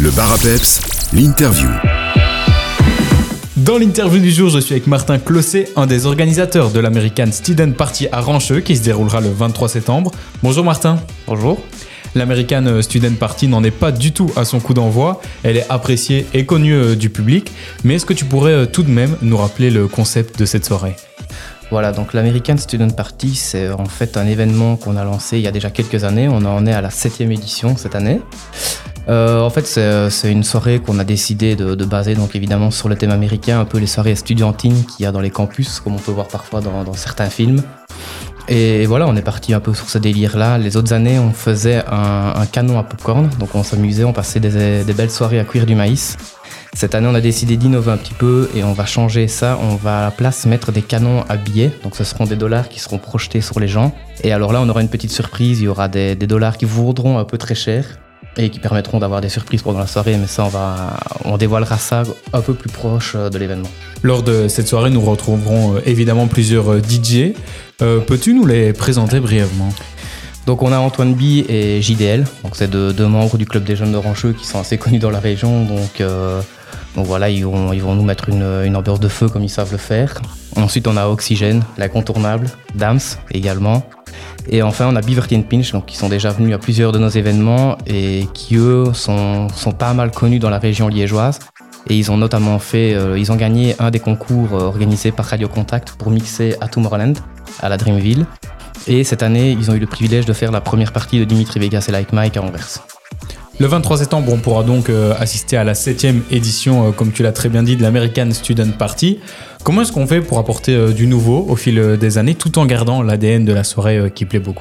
Le Bar à Peps, l'interview. Dans l'interview du jour, je suis avec Martin Closset, un des organisateurs de l'American Student Party à Rancheux qui se déroulera le 23 septembre. Bonjour Martin. Bonjour. L'American Student Party n'en est pas du tout à son coup d'envoi. Elle est appréciée et connue du public. Mais est-ce que tu pourrais tout de même nous rappeler le concept de cette soirée ? Voilà, donc l'American Student Party, c'est en fait un événement qu'on a lancé il y a déjà quelques années. On en est à la 7e édition cette année. En fait, c'est une soirée qu'on a décidé de baser, donc évidemment sur le thème américain, un peu les soirées estudiantines qu'il y a dans les campus, comme on peut voir parfois dans certains films. Et voilà, on est parti un peu sur ce délire-là. Les autres années, on faisait un canon à popcorn, donc on s'amusait, on passait des belles soirées à cuire du maïs. Cette année, on a décidé d'innover un petit peu et on va changer ça. On va à la place mettre des canons à billets, donc ce seront des dollars qui seront projetés sur les gens. Et alors là, on aura une petite surprise, il y aura des dollars qui vous vaudront un peu très cher et qui permettront d'avoir des surprises pendant la soirée, mais ça, on dévoilera ça un peu plus proche de l'événement. Lors de cette soirée, nous retrouverons évidemment plusieurs DJ. Peux-tu nous les présenter brièvement ? Donc on a Antoine B et JDL, donc c'est deux membres du club des jeunes de Rancheux qui sont assez connus dans la région, donc voilà, ils vont nous mettre une ambiance de feu comme ils savent le faire. Ensuite on a Oxygène, l'incontournable, Dams également. Et enfin on a Beaverton Pinch, donc qui sont déjà venus à plusieurs de nos événements et qui eux sont pas mal connus dans la région liégeoise. Et ils ont notamment ils ont gagné un des concours organisés par Radio Contact pour mixer à Tomorrowland, à la Dreamville. Et cette année, ils ont eu le privilège de faire la première partie de Dimitri Vegas et Like Mike à Anvers. Le 23 septembre, on pourra donc assister à la 7e édition, comme tu l'as très bien dit, de l'American Student Party. Comment est-ce qu'on fait pour apporter du nouveau au fil des années, tout en gardant l'ADN de la soirée qui plaît beaucoup ?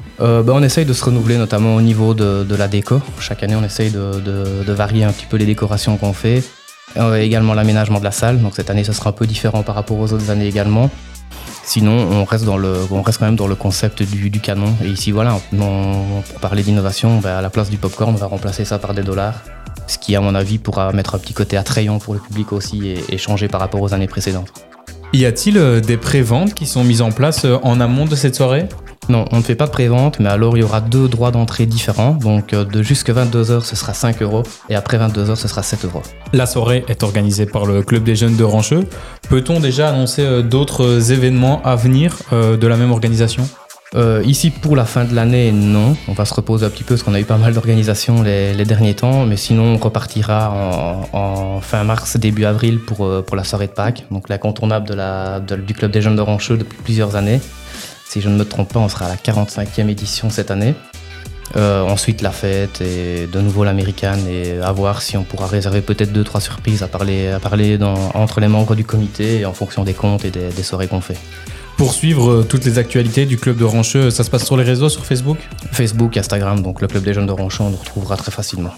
On essaye de se renouveler, notamment au niveau de la déco. Chaque année, on essaye de varier un petit peu les décorations qu'on fait. Également l'aménagement de la salle. Donc cette année, ça sera un peu différent par rapport aux autres années également. Sinon, on reste quand même dans le concept du canon. Et ici, voilà, pour parler d'innovation, à la place du popcorn, on va remplacer ça par des dollars. Ce qui, à mon avis, pourra mettre un petit côté attrayant pour le public aussi et changer par rapport aux années précédentes. Y a-t-il des préventes qui sont mises en place en amont de cette soirée ? Non, on ne fait pas de prévente, mais alors il y aura 2 droits d'entrée différents. Donc de jusqu'à 22h, ce sera 5 € et après 22h, ce sera 7 €. La soirée est organisée par le Club des jeunes de Rancheux. Peut-on déjà annoncer d'autres événements à venir de la même organisation ? Ici, pour la fin de l'année, non. On va se reposer un petit peu parce qu'on a eu pas mal d'organisations les derniers temps. Mais sinon, on repartira en fin mars, début avril pour la soirée de Pâques. Donc l'incontournable du Club des jeunes de Rancheux depuis plusieurs années. Si je ne me trompe pas, on sera à la 45e édition cette année. Ensuite, la fête et de nouveau l'américaine et à voir si on pourra réserver peut-être 2-3 surprises à parler entre les membres du comité et en fonction des comptes et des soirées qu'on fait. Pour suivre toutes les actualités du Club de Rancheux, ça se passe sur les réseaux, sur Facebook ? Facebook, Instagram, donc le Club des jeunes de Rancheux, on nous retrouvera très facilement.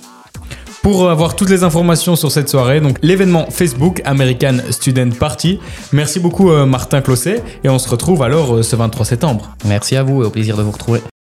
Pour avoir toutes les informations sur cette soirée, donc l'événement Facebook American Student Party. Merci beaucoup Martin Closset et on se retrouve alors ce 23 septembre. Merci à vous et au plaisir de vous retrouver.